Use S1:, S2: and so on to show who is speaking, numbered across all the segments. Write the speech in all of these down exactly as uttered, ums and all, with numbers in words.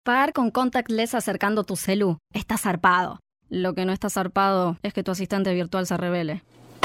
S1: Pagar con contactless acercando tu celu está zarpado. Lo que no está zarpado es que tu asistente virtual se revele.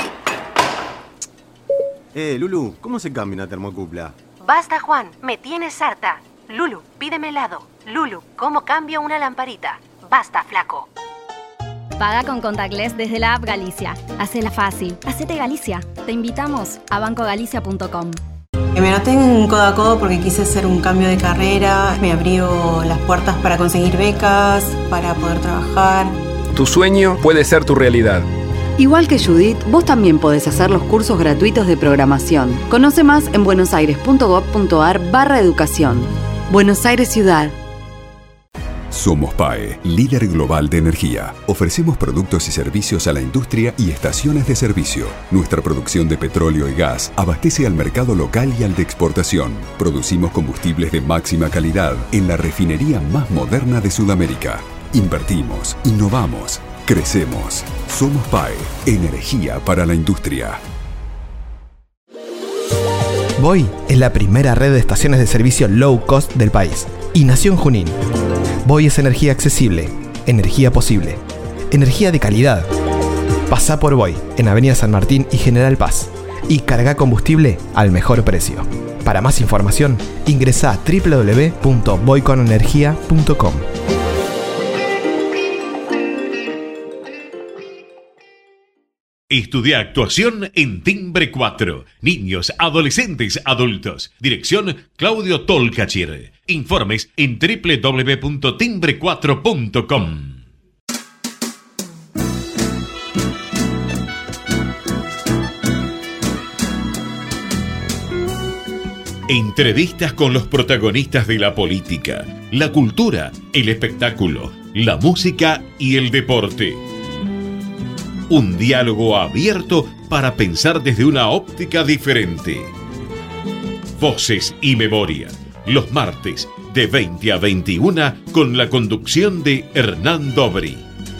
S2: Eh, Lulu, ¿cómo se cambia una termocupla?
S3: Basta, Juan, me tienes harta. Lulu, pídeme helado. Lulu, ¿cómo cambio una lamparita? Basta, flaco.
S1: Paga con contactless desde la app Galicia. Hacela fácil. Hacete Galicia. Te invitamos a banco galicia punto com.
S4: Me anoté en Codo a Codo porque quise hacer un cambio de carrera. Me abrió las puertas para conseguir becas, para poder trabajar.
S5: Tu sueño puede ser tu realidad.
S6: Igual que Judith, vos también podés hacer los cursos gratuitos de programación. Conoce más en buenosaires.gov.ar barra educación. Buenos Aires Ciudad.
S7: Somos P A E, líder global de energía. Ofrecemos productos y servicios a la industria y estaciones de servicio. Nuestra producción de petróleo y gas abastece al mercado local y al de exportación. Producimos combustibles de máxima calidad en la refinería más moderna de Sudamérica. Invertimos, innovamos, crecemos. Somos P A E, energía para la industria.
S8: Voy es la primera red de estaciones de servicio low cost del país y nació en Junín. Voy es energía accesible, energía posible, energía de calidad. Pasá por Voy en Avenida San Martín y General Paz y carga combustible al mejor precio. Para más información, ingresá a doble u doble u doble u punto voy con energía punto com.
S9: Estudia actuación en Timbre cuatro. Niños, adolescentes, adultos. Dirección Claudio Tolcachir. Informes en doble u doble u doble u punto timbre cuatro punto com. Entrevistas con los protagonistas de la política, la cultura, el espectáculo, la música y el deporte. Un diálogo abierto para pensar desde una óptica diferente. Voces y Memoria, los martes de veinte a veintiuna con la conducción de Hernán Dobri.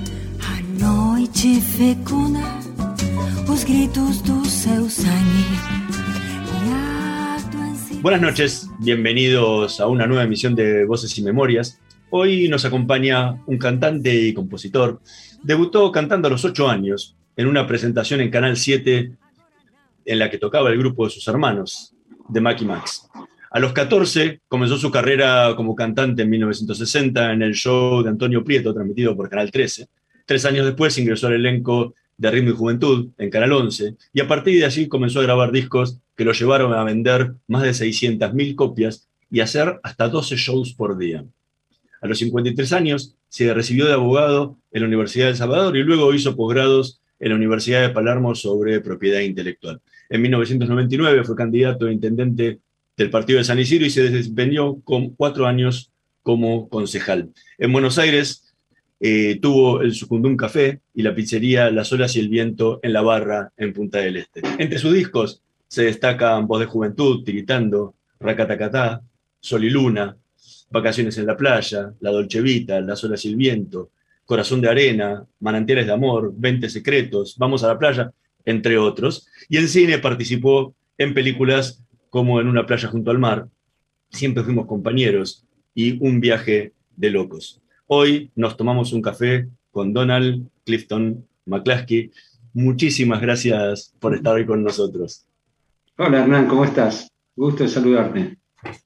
S10: Buenas noches, bienvenidos a una nueva emisión de Voces y Memorias. Hoy nos acompaña un cantante y compositor. Debutó cantando a los ocho años en una presentación en Canal siete en la que tocaba el grupo de sus hermanos, de Macky Max. A los catorce comenzó su carrera como cantante en mil novecientos sesenta en el show de Antonio Prieto, transmitido por Canal trece. Tres años después ingresó al elenco de Ritmo y Juventud en Canal once y a partir de allí comenzó a grabar discos que lo llevaron a vender más de seiscientas mil copias y a hacer hasta doce shows por día. A los cincuenta y tres años se recibió de abogado en la Universidad de El Salvador y luego hizo posgrados en la Universidad de Palermo sobre propiedad intelectual. En mil novecientos noventa y nueve fue candidato a intendente del partido de San Isidro y se desempeñó con cuatro años como concejal. En Buenos Aires eh, tuvo el Sucundún Café y la pizzería Las Olas y el Viento en La Barra, en Punta del Este. Entre sus discos se destacan Voz de Juventud, Tiritando, Racatacatá, Sol y Luna, Vacaciones en la Playa, La Dolce Vita, Las Olas y el Viento, Corazón de Arena, Manantiales de Amor, Veinte Secretos, Vamos a la Playa, entre otros. Y en cine participó en películas como En una playa junto al mar, Siempre fuimos compañeros y Un viaje de locos. Hoy nos tomamos un café con Donald Clifton McCluskey. Muchísimas gracias por estar hoy con nosotros.
S11: Hola Hernán, ¿cómo estás? Gusto de saludarte.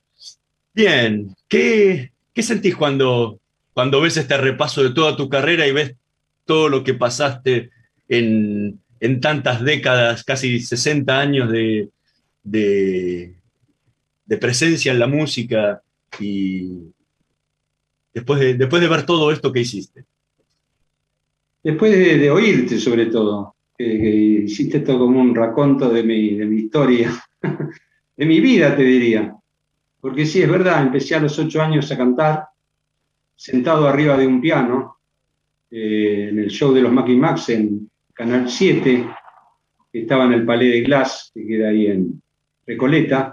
S10: Bien, ¿qué, qué sentís cuando, cuando ves este repaso de toda tu carrera y ves todo lo que pasaste en, en tantas décadas, casi sesenta años de, de, de presencia en la música y después de, después de ver todo esto que hiciste?
S11: Después de, de oírte sobre todo, que, que hiciste esto como un raconto de mi, de mi historia, de mi vida te diría. Porque sí, es verdad, empecé a los ocho años a cantar, sentado arriba de un piano, eh, en el show de los Macky Max en Canal siete, que estaba en el Palais de Glass, que queda ahí en Recoleta,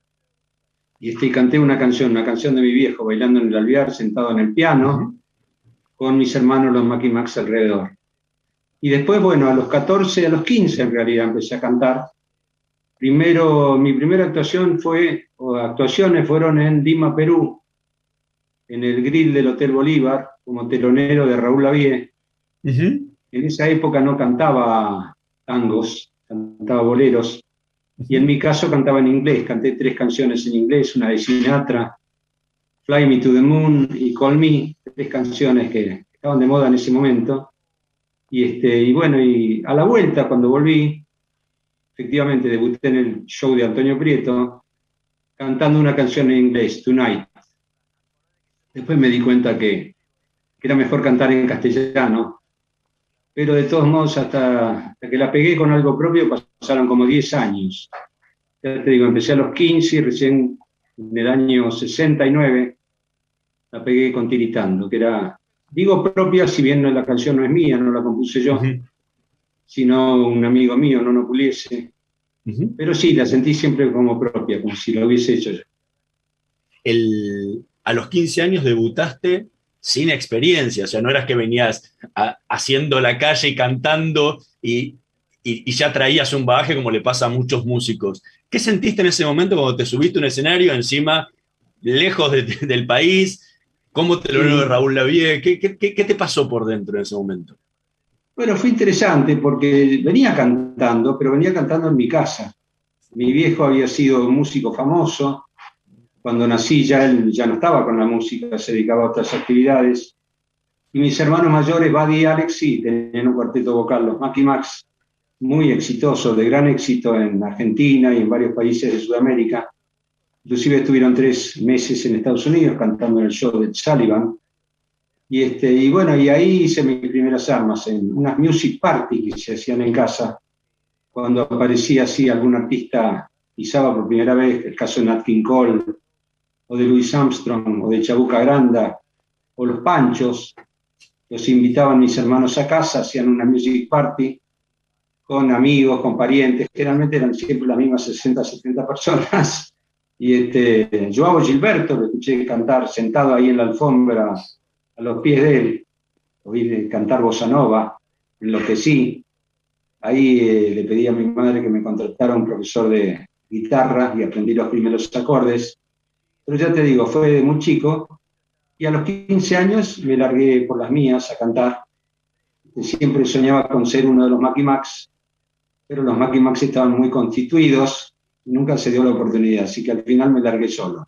S11: y este, canté una canción, una canción de mi viejo, bailando en el alvear, sentado en el piano, con mis hermanos los Macky Max alrededor. Y después, bueno, a los catorce, a los quince en realidad, empecé a cantar. Primero, mi primera actuación fue, o actuaciones fueron en Lima, Perú, en el grill del Hotel Bolívar como telonero de Raúl Lavie.
S10: Uh-huh.
S11: En esa época no cantaba tangos, cantaba boleros. Y en mi caso cantaba en inglés. Canté tres canciones en inglés, una de Sinatra, Fly Me to the Moon y Call Me, tres canciones que estaban de moda en ese momento. Y, este, y bueno, y a la vuelta, cuando volví, efectivamente debuté en el show de Antonio Prieto, cantando una canción en inglés, Tonight. Después me di cuenta que, que era mejor cantar en castellano, pero de todos modos, hasta, hasta que la pegué con algo propio, pasaron como diez años. Ya te digo, empecé a los quince y recién en el año sesenta y nueve la pegué con Tiritando, que era, digo propia, si bien no, la canción no es mía, no la compuse yo, uh-huh. sino un amigo mío, Nono Pugliese. Uh-huh. Pero sí, la sentí siempre como propia, como si lo hubiese hecho yo.
S10: El, a los quince años debutaste sin experiencia, o sea, no eras que venías a, haciendo la calle y cantando y, y, y ya traías un bagaje como le pasa a muchos músicos. ¿Qué sentiste en ese momento cuando te subiste a un escenario encima, lejos de, del país? ¿Cómo te lo de Raúl Lavie? ¿Qué, qué, ¿Qué te pasó por dentro en ese momento?
S11: Bueno, fue interesante porque venía cantando, pero venía cantando en mi casa. Mi viejo había sido músico famoso. Cuando nací ya él ya no estaba con la música, se dedicaba a otras actividades. Y mis hermanos mayores, Buddy y Alex, sí, tenían un cuarteto vocal, los Macky Max, muy exitosos, de gran éxito en Argentina y en varios países de Sudamérica. Inclusive estuvieron tres meses en Estados Unidos cantando en el show de Sullivan. Y, este, y bueno, y ahí hice mis primeras armas, en unas music party que se hacían en casa, cuando aparecía así algún artista, pisaba por primera vez, el caso de Nat King Cole, o de Louis Armstrong, o de Chabuca Granda, o los Panchos. Los invitaban mis hermanos a casa, hacían una music party con amigos, con parientes, generalmente eran siempre las mismas sesenta, setenta personas. Y este, Joao Gilberto lo escuché cantar sentado ahí en la alfombra, a los pies de él, oí cantar bossa nova, enloquecí. Ahí eh, le pedí a mi madre que me contratara un profesor de guitarra y aprendí los primeros acordes. Pero ya te digo, fue de muy chico, y a los quince años me largué por las mías a cantar. Siempre soñaba con ser uno de los Macky Max, pero los Macky Max estaban muy constituidos y nunca se dio la oportunidad, así que al final me largué solo.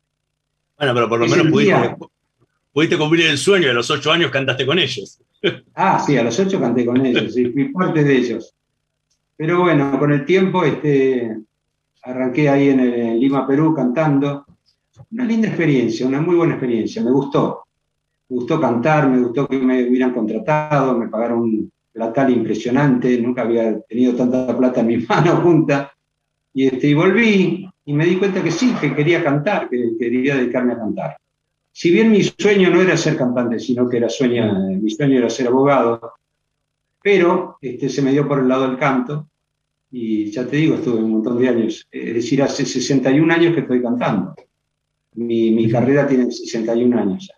S10: Bueno, pero por lo menos pudiste, pudiste cumplir el sueño, de los ocho años cantaste con ellos.
S11: Ah, sí, a los ocho canté con ellos, sí, fui parte de ellos. Pero bueno, con el tiempo este, arranqué ahí en, el, en Lima, Perú, cantando. Una linda experiencia, una muy buena experiencia, me gustó. Me gustó cantar, me gustó que me hubieran contratado, me pagaron un platal impresionante, nunca había tenido tanta plata en mi mano junta. Y, este, y volví y me di cuenta que sí, que quería cantar, que quería dedicarme a cantar. Si bien mi sueño no era ser cantante, sino que era sueño, mi sueño era ser abogado, pero este, se me dio por el lado del canto, y ya te digo, estuve un montón de años, es decir, hace sesenta y un años que estoy cantando. Mi, mi carrera tiene sesenta y un años ya.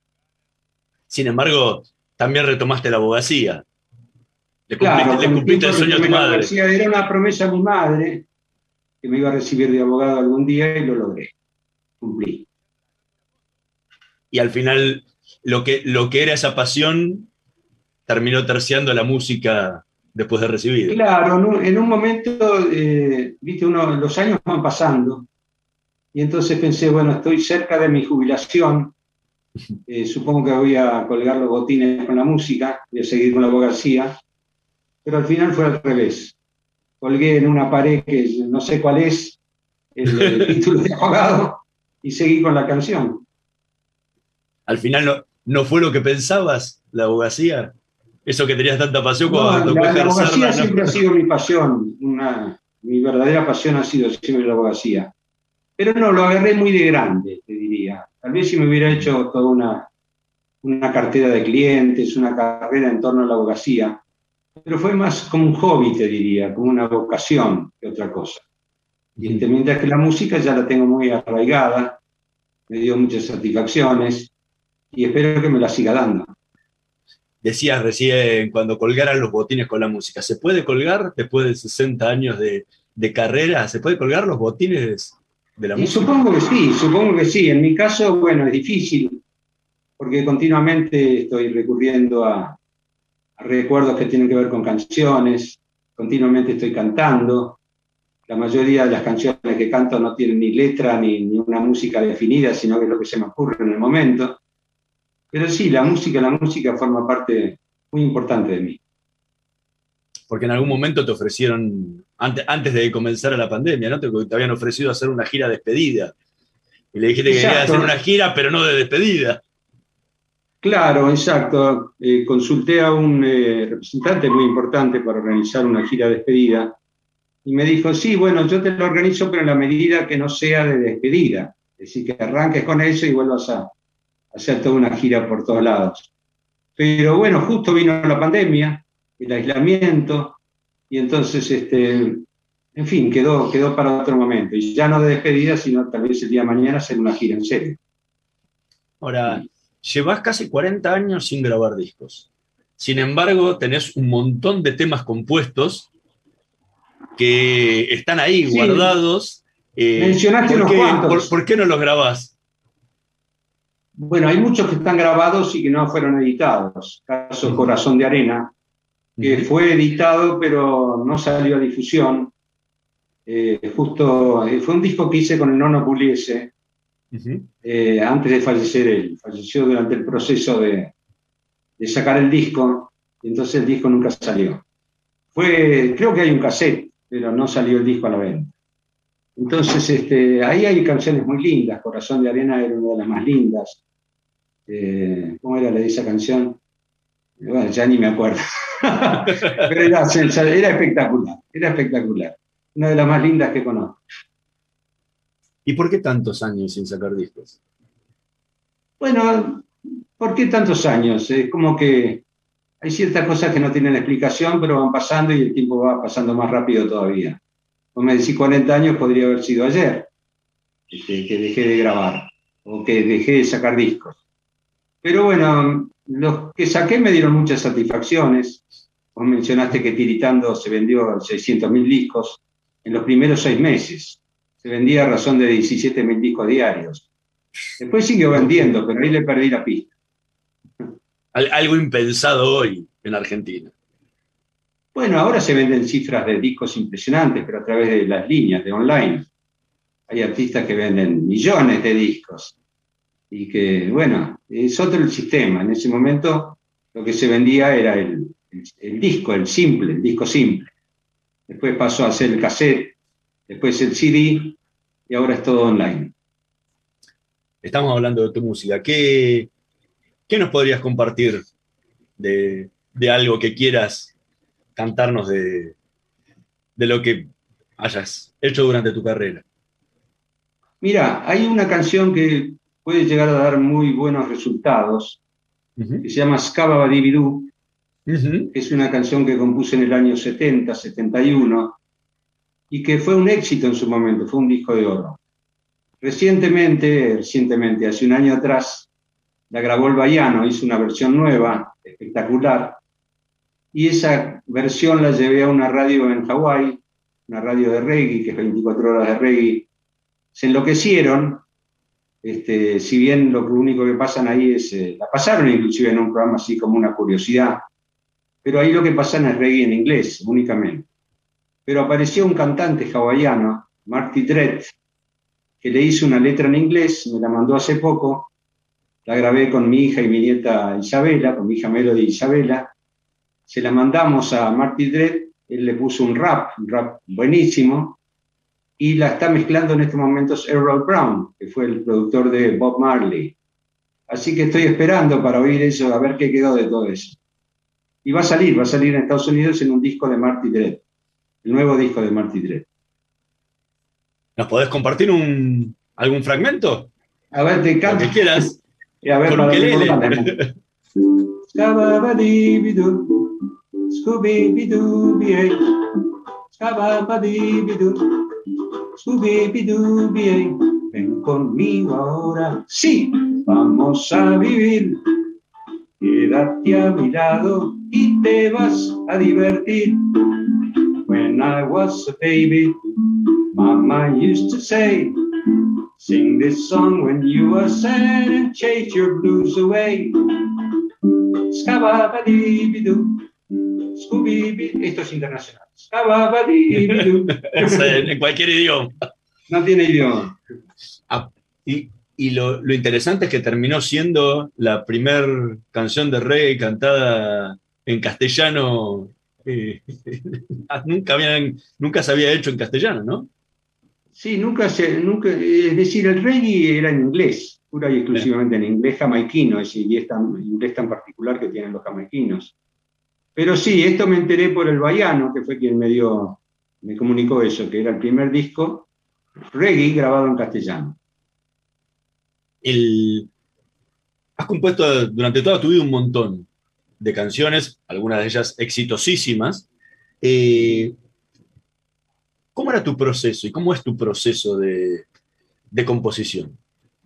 S10: Sin embargo, también retomaste la abogacía. Le cumpliste,
S11: claro,
S10: le cumpliste el sueño a tu madre.
S11: Era una promesa a mi madre, que me iba a recibir de abogado algún día, y lo logré. Cumplí.
S10: Y al final, lo que, lo que era esa pasión terminó terciando la música después de recibir.
S11: Claro, en un, en un momento, eh, viste, uno, los años van pasando, y entonces pensé, bueno, estoy cerca de mi jubilación, eh, supongo que voy a colgar los botines con la música, voy a seguir con la abogacía, pero al final fue al revés. Colgué en una pared que no sé cuál es, el, el título de abogado, y seguí con la canción.
S10: Al final no, no fue lo que pensabas, la abogacía, eso que tenías tanta pasión cuando
S11: no, la, la abogacía
S10: ¿no?
S11: siempre ha sido mi pasión, una, mi verdadera pasión ha sido siempre la abogacía. Pero no, lo agarré muy de grande, te diría. Tal vez si me hubiera hecho toda una, una cartera de clientes, una carrera en torno a la abogacía, pero fue más como un hobby, te diría, como una vocación que otra cosa. Y este, mientras que la música ya la tengo muy arraigada, me dio muchas satisfacciones, y espero que me la siga dando.
S10: Decías recién, cuando colgaran los botines con la música, ¿se puede colgar después de sesenta años de, de carrera? ¿Se puede colgar los botines de la
S11: y
S10: música?
S11: Supongo que sí, supongo que sí. En mi caso, bueno, es difícil. porque continuamente estoy recurriendo a, a recuerdos que tienen que ver con canciones, continuamente estoy cantando. La mayoría de las canciones que canto no tienen ni letra ni, ni una música definida, sino que es lo que se me ocurre en el momento. Pero sí, la música, la música forma parte muy importante de mí.
S10: Porque en algún momento te ofrecieron, antes, antes de comenzar la pandemia, ¿no? Te, te habían ofrecido hacer una gira de despedida. Y le dijiste que querías hacer una gira, pero no de despedida.
S11: Claro, exacto. Eh, consulté a un eh, representante muy importante para organizar una gira de despedida. Y me dijo, sí, bueno, yo te lo organizo, pero en la medida que no sea de despedida. Es decir, que arranques con eso y vuelvas a hacer toda una gira por todos lados. Pero bueno, justo vino la pandemia, el aislamiento, y entonces, este, en fin, quedó, quedó para otro momento. Y ya no de despedida, sino tal vez el día de mañana hacer una gira en serio.
S10: Ahora, llevas casi cuarenta años sin grabar discos. Sin embargo, tenés un montón de temas compuestos que están ahí, sí, guardados. Eh,
S11: Mencionaste unos cuantos.
S10: ¿por, ¿Por qué no los grabás?
S11: Bueno, hay muchos que están grabados y que no fueron editados. Caso uh-huh. Corazón de Arena, que uh-huh. fue editado pero no salió a difusión. Eh, justo eh, fue un disco que hice con el Nono Pugliese, uh-huh. eh, antes de fallecer él. Falleció durante el proceso de, de sacar el disco, y entonces el disco nunca salió. Fue, creo que hay un cassette, pero no salió el disco a la venta. Entonces, este, ahí hay canciones muy lindas. Corazón de Arena era una de las más lindas. Eh, ¿Cómo era la de esa canción? Bueno, ya ni me acuerdo. Pero era, era espectacular, era espectacular. Una de las más lindas que conozco.
S10: ¿Y por qué tantos años sin sacar discos?
S11: Bueno, ¿por qué tantos años? Es como que hay ciertas cosas que no tienen explicación, pero van pasando y el tiempo va pasando más rápido todavía. Vos me decís cuarenta años, podría haber sido ayer, este, que dejé de grabar, o que dejé de sacar discos. Pero bueno, los que saqué me dieron muchas satisfacciones. Vos mencionaste que Tiritando se vendió seiscientos mil discos en los primeros seis meses. Se vendía a razón de diecisiete mil discos diarios. Después siguió vendiendo, pero ahí le perdí la pista.
S10: Algo impensado hoy en Argentina.
S11: Bueno, ahora se venden cifras de discos impresionantes, pero a través de las líneas de online. Hay artistas que venden millones de discos. Y que, bueno, es otro el sistema. En ese momento lo que se vendía era el, el, el disco, el simple, el disco simple. Después pasó a ser el cassette, después el C D, y ahora es todo online.
S10: Estamos hablando de tu música. ¿Qué, qué nos podrías compartir de, de algo que quieras cantarnos de, de lo que hayas hecho durante tu carrera?
S11: Mira, hay una canción que puede llegar a dar muy buenos resultados, uh-huh. que se llama Scababadibidú, uh-huh. que es una canción que compuse en el año setenta, setenta y uno, y que fue un éxito en su momento, fue un disco de oro. Recientemente, recientemente, hace un año atrás, la grabó el Baiano, hizo una versión nueva, espectacular, y esa versión la llevé a una radio en Hawái, una radio de reggae, que es veinticuatro horas de reggae. Se enloquecieron, este, si bien lo único que pasan ahí es, eh, la pasaron inclusive en un programa así como una curiosidad, pero ahí lo que pasan es reggae en inglés, únicamente. Pero apareció un cantante hawaiano, Marty Dread, que le hizo una letra en inglés, me la mandó hace poco, la grabé con mi hija y mi nieta Isabela, con mi hija Melody y Isabela, se la mandamos a Marty Dread, él le puso un rap, un rap buenísimo, y la está mezclando en estos momentos Errol Brown, que fue el productor de Bob Marley. Así que estoy esperando para oír eso, a ver qué quedó de todo eso. Y va a salir, va a salir en Estados Unidos en un disco de Marty Dread, el nuevo disco de Marty Dread.
S10: ¿Nos podés compartir un, algún fragmento?
S11: A ver, te canto.
S10: Lo que quieras.
S11: Y a ver,
S10: con
S11: para
S10: ukelele.
S11: Scababadibidú, Scooby-Doo-Bie, Scababadibidú, Scooby-Doo-Bie. Ven conmigo ahora, sí, vamos a vivir. Quédate a mi lado y te vas a divertir. When I was a baby, Mama used to say, Sing this song when you are sad and chase your blues away. Scababadibidoo, Scooby-Doo. Esto es internacional. Scababadibidoo.
S10: En cualquier idioma.
S11: No tiene idioma.
S10: Ah, y y lo, lo interesante es que terminó siendo la primer canción de reggae cantada en castellano. Eh, nunca, habían, nunca se había hecho en castellano, ¿no?
S11: Sí, nunca se, nunca, es decir, el reggae era en inglés, pura y exclusivamente en inglés jamaiquino, ese inglés tan, inglés tan particular que tienen los jamaiquinos. Pero sí, esto me enteré por el Baiano, que fue quien me dio, me comunicó eso, que era el primer disco reggae grabado en castellano.
S10: El, has compuesto durante toda tu vida un montón de canciones, algunas de ellas exitosísimas. Eh, ¿Cómo era tu proceso y cómo es tu proceso de, de composición?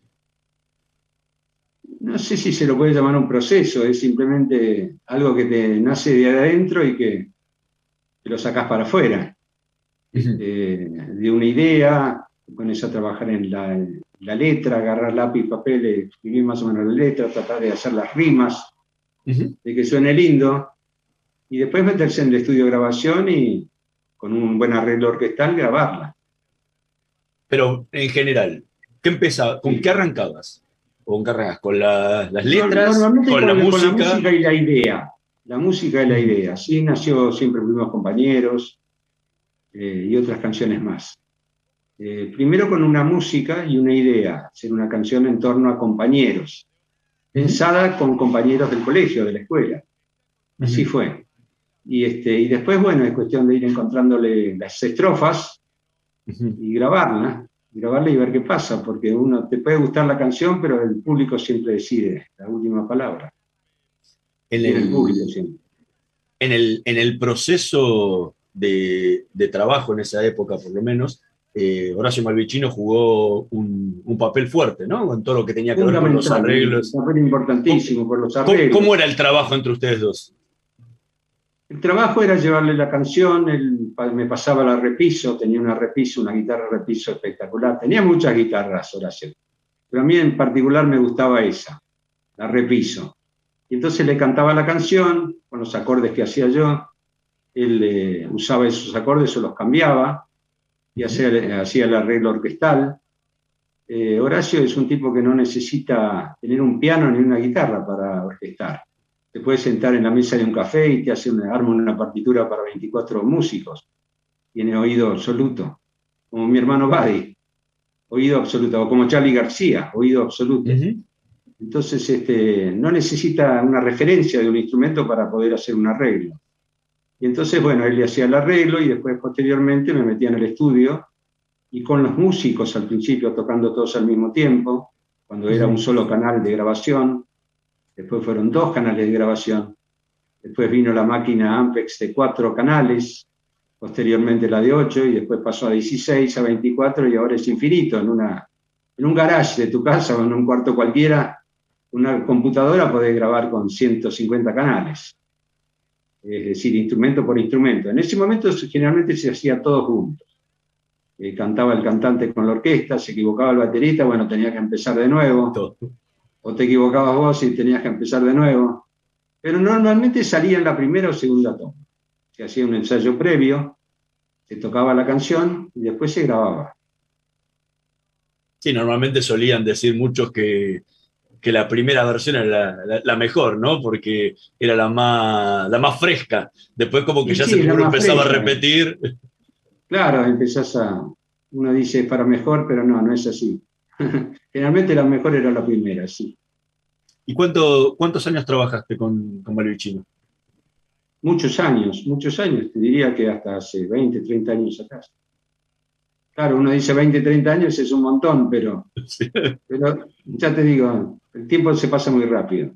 S11: No sé si se lo puede llamar un proceso, es simplemente algo que te nace de adentro y que, que lo sacás para afuera. Uh-huh. eh, de una idea, te pones a trabajar en la, en la letra, agarrar lápiz y papel, escribir más o menos la letra, tratar de hacer las rimas, uh-huh. de que suene lindo, y después meterse en el estudio de grabación y con un buen arreglo orquestal grabarla.
S10: Pero en general, ¿qué empezaba? ¿Con sí. qué arrancabas? ¿Con qué arrancas? ¿Con la, las letras?
S11: Normalmente
S10: ¿Con,
S11: con,
S10: la
S11: con
S10: música?
S11: la música y la idea. La música y la idea. Sí, nació Siempre Fuimos Compañeros eh, y otras canciones más. Eh, primero con una música y una idea, hacer una canción en torno a compañeros, pensada con compañeros del colegio, de la escuela. Así uh-huh. fue. Y, este, y después, bueno, es cuestión de ir encontrándole las estrofas uh-huh. y grabarla, y grabarla y ver qué pasa, porque uno te puede gustar la canción, pero el público siempre decide la última palabra.
S10: En el, el público siempre. En el, en el proceso de, de trabajo en esa época, por lo menos, eh, Horacio Malvicino jugó un, un papel fuerte, ¿no? Con todo lo que tenía que ver con los arreglos.
S11: Un papel importantísimo por los arreglos.
S10: ¿Cómo, ¿Cómo era el trabajo entre ustedes dos?
S11: El trabajo era llevarle la canción, él me pasaba la repiso, tenía una repiso, una guitarra repiso espectacular. Tenía muchas guitarras, Horacio, pero a mí en particular me gustaba esa, la repiso. Y entonces le cantaba la canción con los acordes que hacía yo, él eh, usaba esos acordes o los cambiaba y hacía, hacía el arreglo orquestal. Eh, Horacio es un tipo que no necesita tener un piano ni una guitarra para orquestar. Te puedes sentar en la mesa de un café y te hace una, arma una partitura para veinticuatro músicos. Tiene oído absoluto. Como mi hermano Buddy, oído absoluto. O como Charly García, oído absoluto. Uh-huh. Entonces, este, no necesita una referencia de un instrumento para poder hacer un arreglo. Y entonces, bueno, él le hacía el arreglo y después, posteriormente, me metía en el estudio y con los músicos al principio tocando todos al mismo tiempo, cuando uh-huh. era un solo canal de grabación. Después fueron dos canales de grabación, después vino la máquina Ampex de cuatro canales, posteriormente la de ocho, y después pasó a dieciséis, a veinticuatro, y ahora es infinito. En, una, en un garage de tu casa o en un cuarto cualquiera, una computadora podés grabar con ciento cincuenta canales, es decir, instrumento por instrumento. En ese momento generalmente se hacía todo juntos. Eh, cantaba el cantante con la orquesta, se equivocaba el baterista, bueno, tenía que empezar de nuevo. Todo. O te equivocabas vos y tenías que empezar de nuevo. Pero normalmente salía en la primera o segunda toma. Se hacía un ensayo previo, se tocaba la canción y después se grababa.
S10: Sí, normalmente solían decir muchos que, que la primera versión era la, la, la mejor, ¿no? Porque era la más, la más fresca. Después como que y ya sí, se empezaba fresca, a repetir.
S11: Claro, empezás a... Uno dice para mejor, pero no, no es así. Generalmente la mejor era la primera, sí.
S10: ¿Y cuánto, cuántos años trabajaste con, con Malvicino?
S11: Muchos años, muchos años. Te diría que hasta hace veinte, treinta años atrás. Claro, uno dice veinte, treinta años es un montón, pero, sí. pero ya te digo, el tiempo se pasa muy rápido.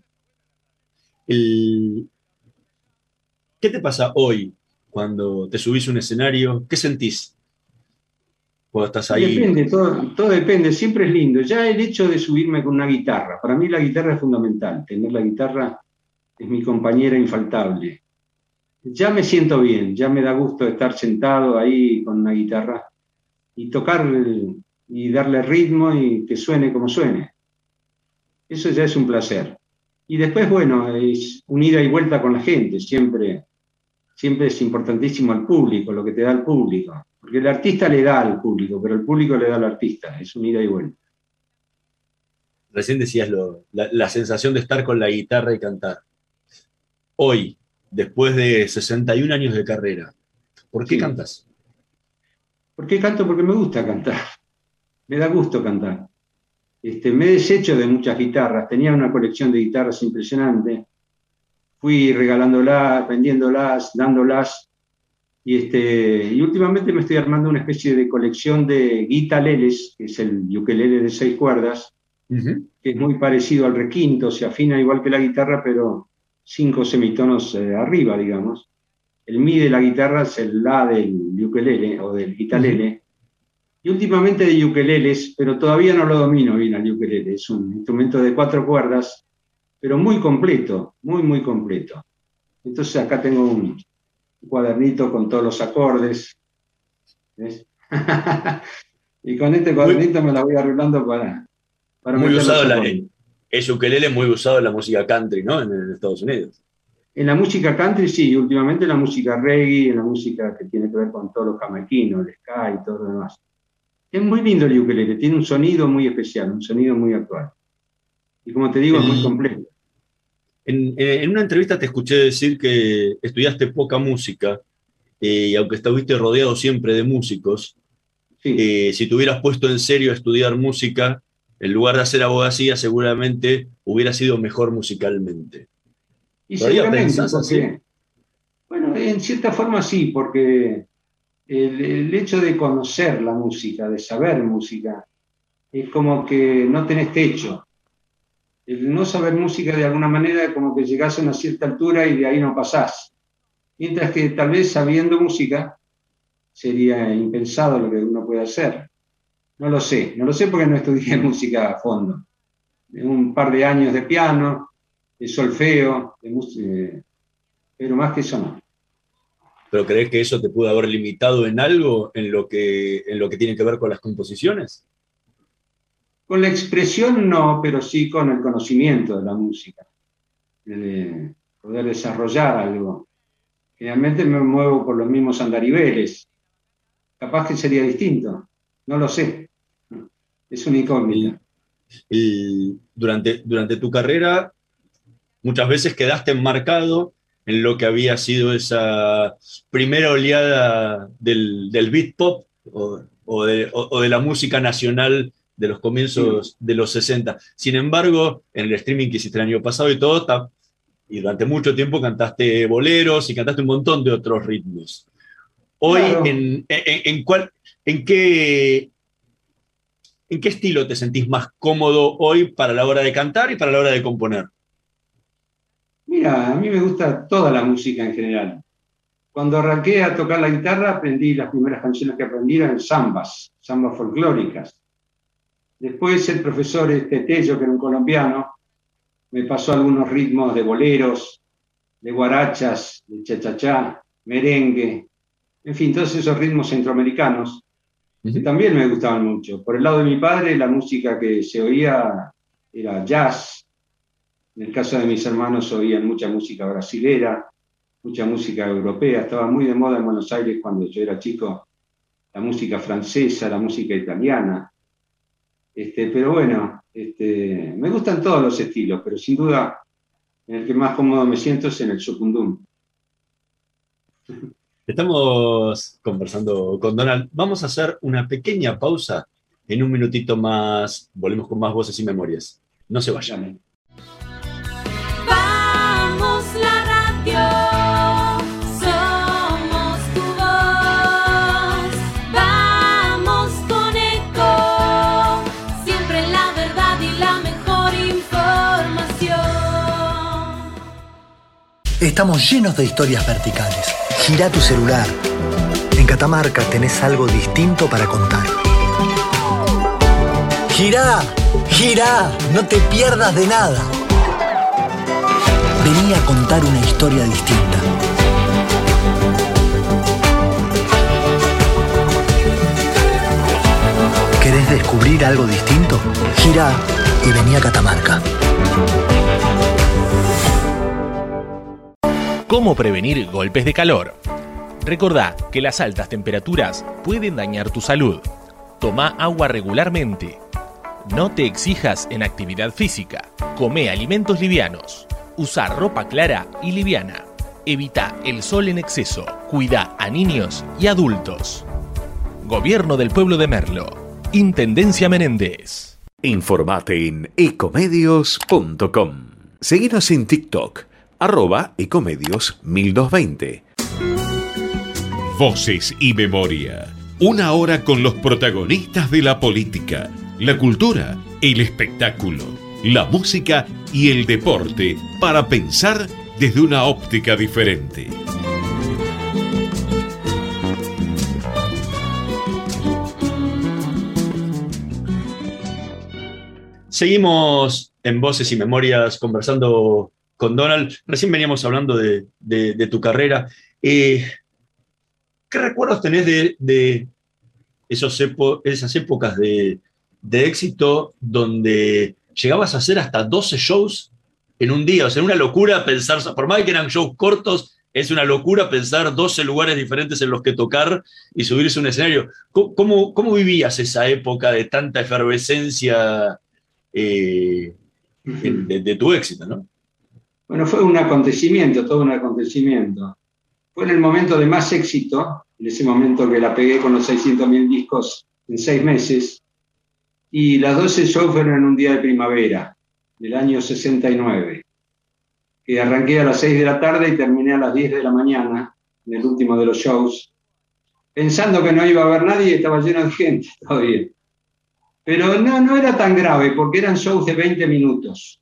S10: El... ¿Qué te pasa hoy cuando te subís a un escenario? ¿Qué sentís? Cuando estás ahí.
S11: Depende, todo, todo depende, siempre es lindo. Ya el hecho de subirme con una guitarra, para mí la guitarra es fundamental, tener la guitarra es mi compañera infaltable. Ya me siento bien, ya me da gusto estar sentado ahí con una guitarra y tocar y darle ritmo y que suene como suene. Eso ya es un placer. Y después, bueno, es un ida y vuelta con la gente, siempre, siempre es importantísimo el público, lo que te da el público. Porque el artista le da al público, pero el público le da al artista, es un ida y vuelta.
S10: Recién decías lo, la, la sensación de estar con la guitarra y cantar. Hoy, después de sesenta y un años de carrera, ¿por qué sí. cantas?
S11: ¿Por qué canto? Porque me gusta cantar. Me da gusto cantar. Este, me he deshecho de muchas guitarras. Tenía una colección de guitarras impresionante. Fui regalándolas, vendiéndolas, dándolas. Y, este, y últimamente me estoy armando una especie de colección de guitaleles, que es el ukelele de seis cuerdas, uh-huh. que es muy parecido al requinto, se afina igual que la guitarra, pero cinco semitonos eh, arriba, digamos. El mi de la guitarra es el la del ukelele o del guitalele. Uh-huh. Y últimamente de ukeleles, pero todavía no lo domino bien al ukelele. Es un instrumento de cuatro cuerdas, pero muy completo, muy, muy completo. Entonces acá tengo un cuadernito con todos los acordes. ¿Ves? Y con este cuadernito muy, me la voy arreglando para... para
S10: muy usado la, es ukelele muy usado en la música country, ¿no? En, en Estados Unidos.
S11: En la música country, sí. Últimamente en la música reggae, en la música que tiene que ver con todos los jamaiquinos, el ska y todo lo demás. Es muy lindo el ukelele, tiene un sonido muy especial, un sonido muy actual. Y como te digo, el, es muy completo.
S10: En, en una entrevista te escuché decir que estudiaste poca música, eh, y aunque estuviste rodeado siempre de músicos, sí. eh, si te hubieras puesto en serio a estudiar música, en lugar de hacer abogacía, seguramente hubiera sido mejor musicalmente.
S11: Y seguramente, porque, bueno, en cierta forma sí, porque el, el hecho de conocer la música, de saber música, es como que no tenés techo. El no saber música de alguna manera es como que llegás a una cierta altura y de ahí no pasás. Mientras que tal vez sabiendo música sería impensado lo que uno puede hacer. No lo sé, no lo sé porque no estudié música a fondo. Un par de años de piano, de solfeo, de música, pero más que eso no.
S10: ¿Pero crees que eso te pudo haber limitado en algo en lo que, en lo que tiene que ver con las composiciones?
S11: Con la expresión no, pero sí con el conocimiento de la música, de poder desarrollar algo. Generalmente me muevo por los mismos andariveles. Capaz que sería distinto, no lo sé. Es una incógnita.
S10: Y, y durante, durante tu carrera muchas veces quedaste enmarcado en lo que había sido esa primera oleada del, del beat pop o, o, de, o, o de la música nacional de los comienzos sí. de los sesenta. Sin embargo, en el streaming que hiciste el año pasado y todo, está, y durante mucho tiempo cantaste boleros y cantaste un montón de otros ritmos. Hoy, claro. en, en, en, cuál, en, qué, ¿en qué estilo te sentís más cómodo hoy para la hora de cantar y para la hora de componer?
S11: Mira, a mí me gusta toda la música en general. Cuando arranqué a tocar la guitarra, aprendí, las primeras canciones que aprendí eran zambas, zambas folclóricas. Después el profesor este, Tello, que era un colombiano, me pasó algunos ritmos de boleros, de guarachas, de cha-cha-cha, merengue, en fin, todos esos ritmos centroamericanos, que también me gustaban mucho. Por el lado de mi padre, la música que se oía era jazz. En el caso de mis hermanos oían mucha música brasilera, mucha música europea. Estaba muy de moda en Buenos Aires cuando yo era chico, la música francesa, la música italiana. Este, pero bueno, este, me gustan todos los estilos, pero sin duda en el que más cómodo me siento es en el socundum.
S10: Estamos conversando con Donald. Vamos a hacer una pequeña pausa. En un minutito más volvemos con más Voces y Memorias. No se vayan.
S12: Vamos la radio, somos tu voz. Vamos con Eco, siempre la verdad y la mejor información.
S13: Estamos llenos de historias verticales. Gira tu celular. En Catamarca tenés algo distinto para contar. Girá, girá, no te pierdas de nada. Vení a contar una historia distinta. ¿Querés descubrir? descubrir algo distinto? Gira y vení a Catamarca.
S14: ¿Cómo prevenir golpes de calor? Recordá que las altas temperaturas pueden dañar tu salud. Toma agua regularmente. No te exijas en actividad física. Come alimentos livianos. Usa ropa clara y liviana. Evita el sol en exceso. Cuida a niños y adultos. Gobierno del Pueblo de Merlo. Intendencia Menéndez.
S15: Informate en ecomedios punto com. Seguinos en TikTok, arroba ecomedios mil doscientos veinte.
S9: Voces y memoria. Una hora con los protagonistas de la política, la cultura, el espectáculo, la música y el deporte para pensar desde una óptica diferente.
S10: Seguimos en Voces y Memorias conversando con Donald. Recién veníamos hablando de, de, de tu carrera. Eh, ¿Qué recuerdos tenés de, de esos epo- esas épocas de, de éxito donde llegabas a hacer hasta doce shows en un día? O sea, una locura pensar, por más que eran shows cortos, es una locura pensar doce lugares diferentes en los que tocar y subirse a un escenario. ¿Cómo, cómo, cómo vivías esa época de tanta efervescencia eh, de, de tu éxito, ¿no?
S11: Bueno, fue un acontecimiento, todo un acontecimiento. Fue en el momento de más éxito, en ese momento que la pegué con los seiscientos mil discos en seis meses, y las doce shows fueron en un día de primavera, del año sesenta y nueve, que arranqué a las seis de la tarde y terminé a las diez de la mañana, en el último de los shows, pensando que no iba a haber nadie y estaba lleno de gente, todo bien. Pero no, no era tan grave, porque eran shows de veinte minutos.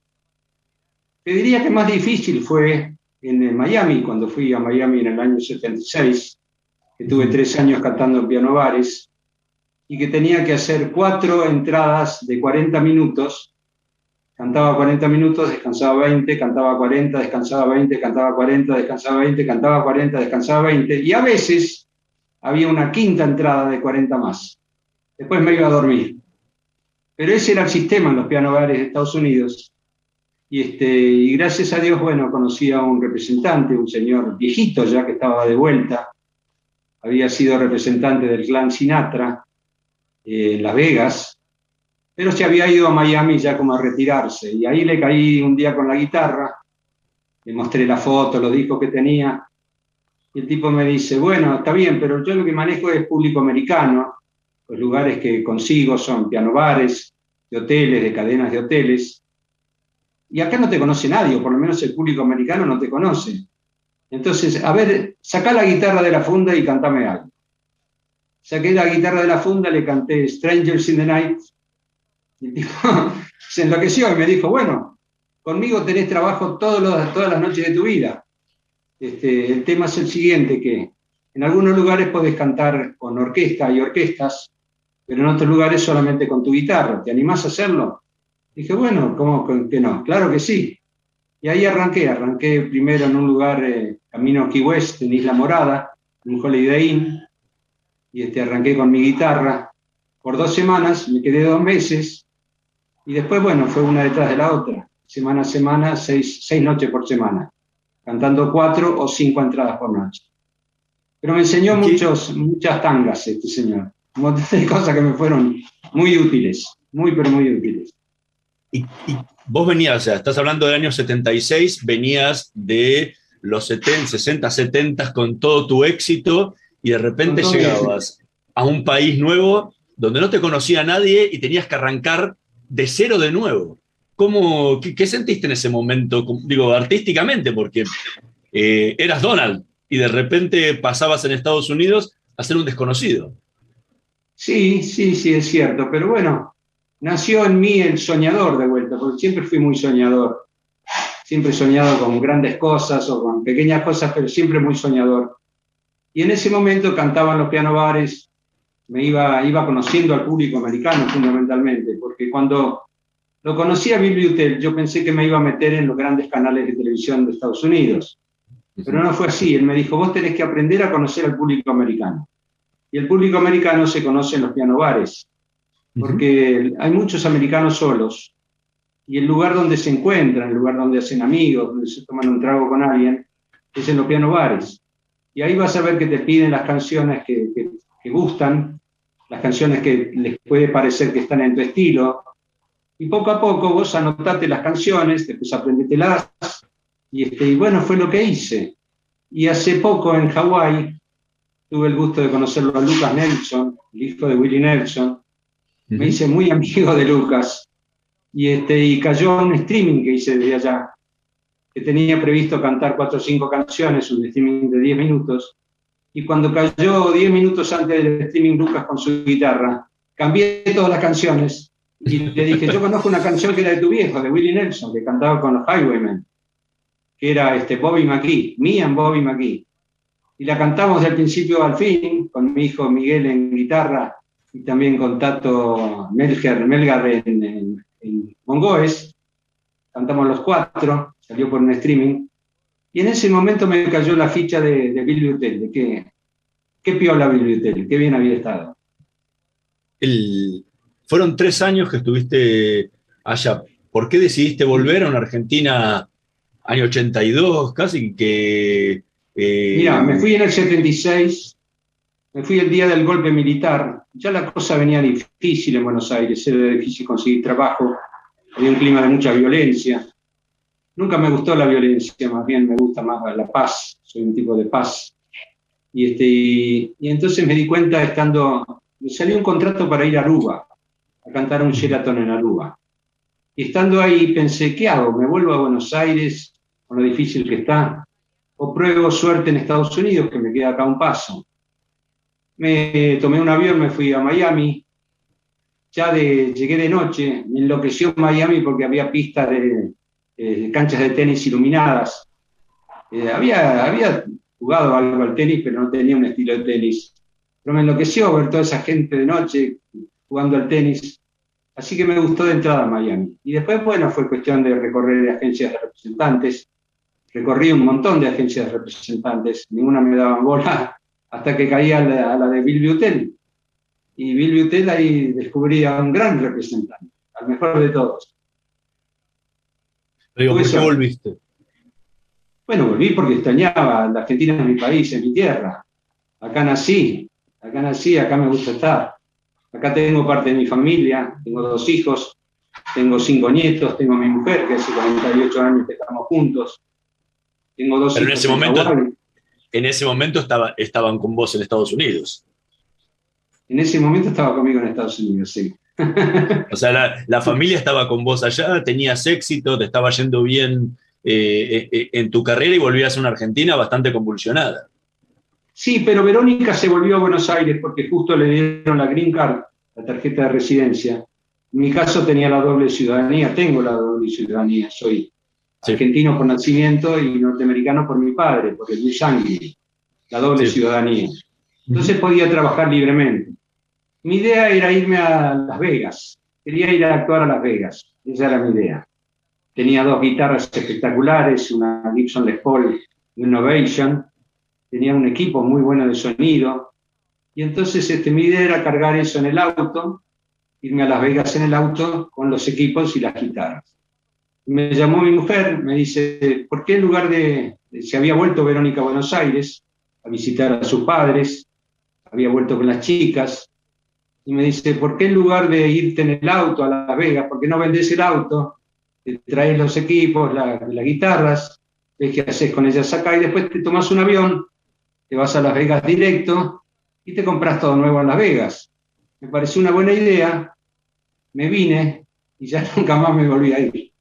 S11: Te diría que más difícil fue en Miami, cuando fui a Miami en el año setenta y seis, que tuve tres años cantando en piano bares, y que tenía que hacer cuatro entradas de cuarenta minutos. Cantaba cuarenta minutos, descansaba veinte, cantaba cuarenta, descansaba veinte, cantaba cuarenta, descansaba veinte, cantaba cuarenta, descansaba veinte, y a veces había una quinta entrada de cuarenta más. Después me iba a dormir. Pero ese era el sistema en los piano bares de Estados Unidos. Y, este, y gracias a Dios, bueno, conocí a un representante, un señor viejito ya que estaba de vuelta. Había sido representante del clan Sinatra eh, en Las Vegas, pero se había ido a Miami ya como a retirarse. Y ahí le caí un día con la guitarra, le mostré la foto, los discos que tenía, y el tipo me dice, bueno, está bien, pero yo lo que manejo es público americano. Los lugares que consigo son piano bares, de hoteles, de cadenas de hoteles. Y acá no te conoce nadie, o por lo menos el público americano no te conoce. Entonces, a ver, sacá la guitarra de la funda y cantame algo. Saqué la guitarra de la funda, le canté Strangers in the Night. Y el tipo se enloqueció y me dijo, bueno, conmigo tenés trabajo todos los, todas las noches de tu vida. Este, el tema es el siguiente, que en algunos lugares podés cantar con orquesta y orquestas, pero en otros lugares solamente con tu guitarra. ¿Te animás a hacerlo? Dije, bueno, ¿cómo que no? Claro que sí. Y ahí arranqué, arranqué primero en un lugar, eh, camino Key West, en Isla Morada, en un Holiday Inn, y este, arranqué con mi guitarra por dos semanas, me quedé dos meses, y después, bueno, fue una detrás de la otra, semana a semana, seis, seis noches por semana, cantando cuatro o cinco entradas por noche. Pero me enseñó muchos, muchas tangas este señor, un montón de cosas que me fueron muy útiles, muy, pero muy útiles.
S10: Y, y vos venías, o sea, estás hablando del año setenta y seis, venías de los setenta, sesenta, setenta con todo tu éxito y de repente llegabas a un país nuevo donde no te conocía nadie y tenías que arrancar de cero de nuevo. ¿Cómo, qué, qué sentiste en ese momento? Digo, artísticamente, porque eh, eras Donald y de repente pasabas en Estados Unidos a ser un desconocido.
S11: Sí, sí, sí, es cierto, pero bueno, nació en mí el soñador de vuelta, porque siempre fui muy soñador. Siempre he soñado con grandes cosas o con pequeñas cosas, pero siempre muy soñador. Y en ese momento cantaba en los piano bares, me iba, iba conociendo al público americano fundamentalmente, porque cuando lo conocí a Bill Beutel, yo pensé que me iba a meter en los grandes canales de televisión de Estados Unidos. Pero no fue así. Él me dijo, vos tenés que aprender a conocer al público americano. Y el público americano se conoce en los piano bares. porque hay muchos americanos solos, y el lugar donde se encuentran, el lugar donde hacen amigos, donde se toman un trago con alguien, es en los piano bares. Y ahí vas a ver que te piden las canciones que, que, que gustan, las canciones que les puede parecer que están en tu estilo, y poco a poco vos anotate las canciones, después aprendetelas, y, este, y bueno, fue lo que hice. Y hace poco en Hawái tuve el gusto de conocerlo a Lucas Nelson, el hijo de Willie Nelson. Me hice muy amigo de Lucas, y, este, y cayó un streaming que hice desde allá, que tenía previsto cantar cuatro o cinco canciones, un streaming de diez minutos, y cuando cayó diez minutos antes del streaming Lucas con su guitarra, cambié todas las canciones, y le dije, yo conozco una canción que era de tu viejo, de Willie Nelson, que cantaba con los Highwaymen, que era este, Bobby McGee, Me and Bobby McGee, y la cantamos del principio al fin, con mi hijo Miguel en guitarra, y también con Tato Melgar, Melgar en, en, en bongoes. Cantamos los cuatro, salió por un streaming, y en ese momento me cayó la ficha de, de Bill Beutel, de que, qué piola Bill Beutel, qué bien había estado.
S10: El, fueron tres años que estuviste allá. ¿Por qué decidiste volver a una Argentina año ochenta y dos, casi que... Eh...
S11: Mira, me fui en el setenta y seis, me fui el día del golpe militar, ya la cosa venía difícil en Buenos Aires, era difícil conseguir trabajo, había un clima de mucha violencia. Nunca me gustó la violencia, más bien me gusta más la paz, soy un tipo de paz. Y, este, y, y entonces me di cuenta, estando, me salió un contrato para ir a Aruba, a cantar un Sheraton en Aruba. Y estando ahí pensé, ¿qué hago? ¿Me vuelvo a Buenos Aires, con lo difícil que está? ¿O pruebo suerte en Estados Unidos, que me queda acá un paso? Me tomé un avión, me fui a Miami. Ya de, llegué de noche, me enloqueció Miami porque había pistas de, de canchas de tenis iluminadas. Eh, había, había jugado algo al tenis, pero no tenía un estilo de tenis. Pero me enloqueció ver toda esa gente de noche jugando al tenis. Así que me gustó de entrada Miami. Y después, bueno, fue cuestión de recorrer agencias de representantes. Recorrí un montón de agencias de representantes, ninguna me daban bola, hasta que caí a la, a la de Bill Beutel. Y Bill Beutel ahí descubrí a un gran representante, al mejor de todos.
S10: Pero ¿por qué volviste?
S11: Bueno, volví porque extrañaba, la Argentina es mi país, es mi tierra. Acá nací, acá nací, acá me gusta estar. Acá tengo parte de mi familia, tengo dos hijos, tengo cinco nietos, tengo a mi mujer, que hace cuarenta y ocho años que estamos juntos. Tengo dos
S10: Pero en
S11: hijos
S10: ese momento,
S11: Hawái.
S10: en ese momento estaba, estaban con vos en Estados Unidos.
S11: En ese momento estaba conmigo en Estados Unidos, sí.
S10: O sea, la, la familia estaba con vos allá, tenías éxito, te estaba yendo bien eh, eh, en tu carrera y volvías a una Argentina bastante convulsionada.
S11: Sí, pero Verónica se volvió a Buenos Aires porque justo le dieron la green card, la tarjeta de residencia. En mi caso tenía la doble ciudadanía, tengo la doble ciudadanía, soy sí. argentino por nacimiento y norteamericano por mi padre, porque es muy yankee, la doble sí. ciudadanía. Entonces podía trabajar libremente. Mi idea era irme a Las Vegas, quería ir a actuar a Las Vegas, esa era mi idea. Tenía dos guitarras espectaculares, una Gibson Les Paul Innovation, tenía un equipo muy bueno de sonido, y entonces este, mi idea era cargar eso en el auto, irme a Las Vegas en el auto con los equipos y las guitarras. Me llamó mi mujer, me dice, ¿por qué en lugar de... Se había vuelto Verónica a Buenos Aires a visitar a sus padres, había vuelto con las chicas, y me dice, ¿por qué en lugar de irte en el auto a Las Vegas, por qué no vendés el auto, te traes los equipos, la, las guitarras, ves qué haces con ellas acá, y después te tomas un avión, te vas a Las Vegas directo, y te compras todo nuevo en Las Vegas? Me pareció una buena idea, me vine, y ya nunca más me volví a ir.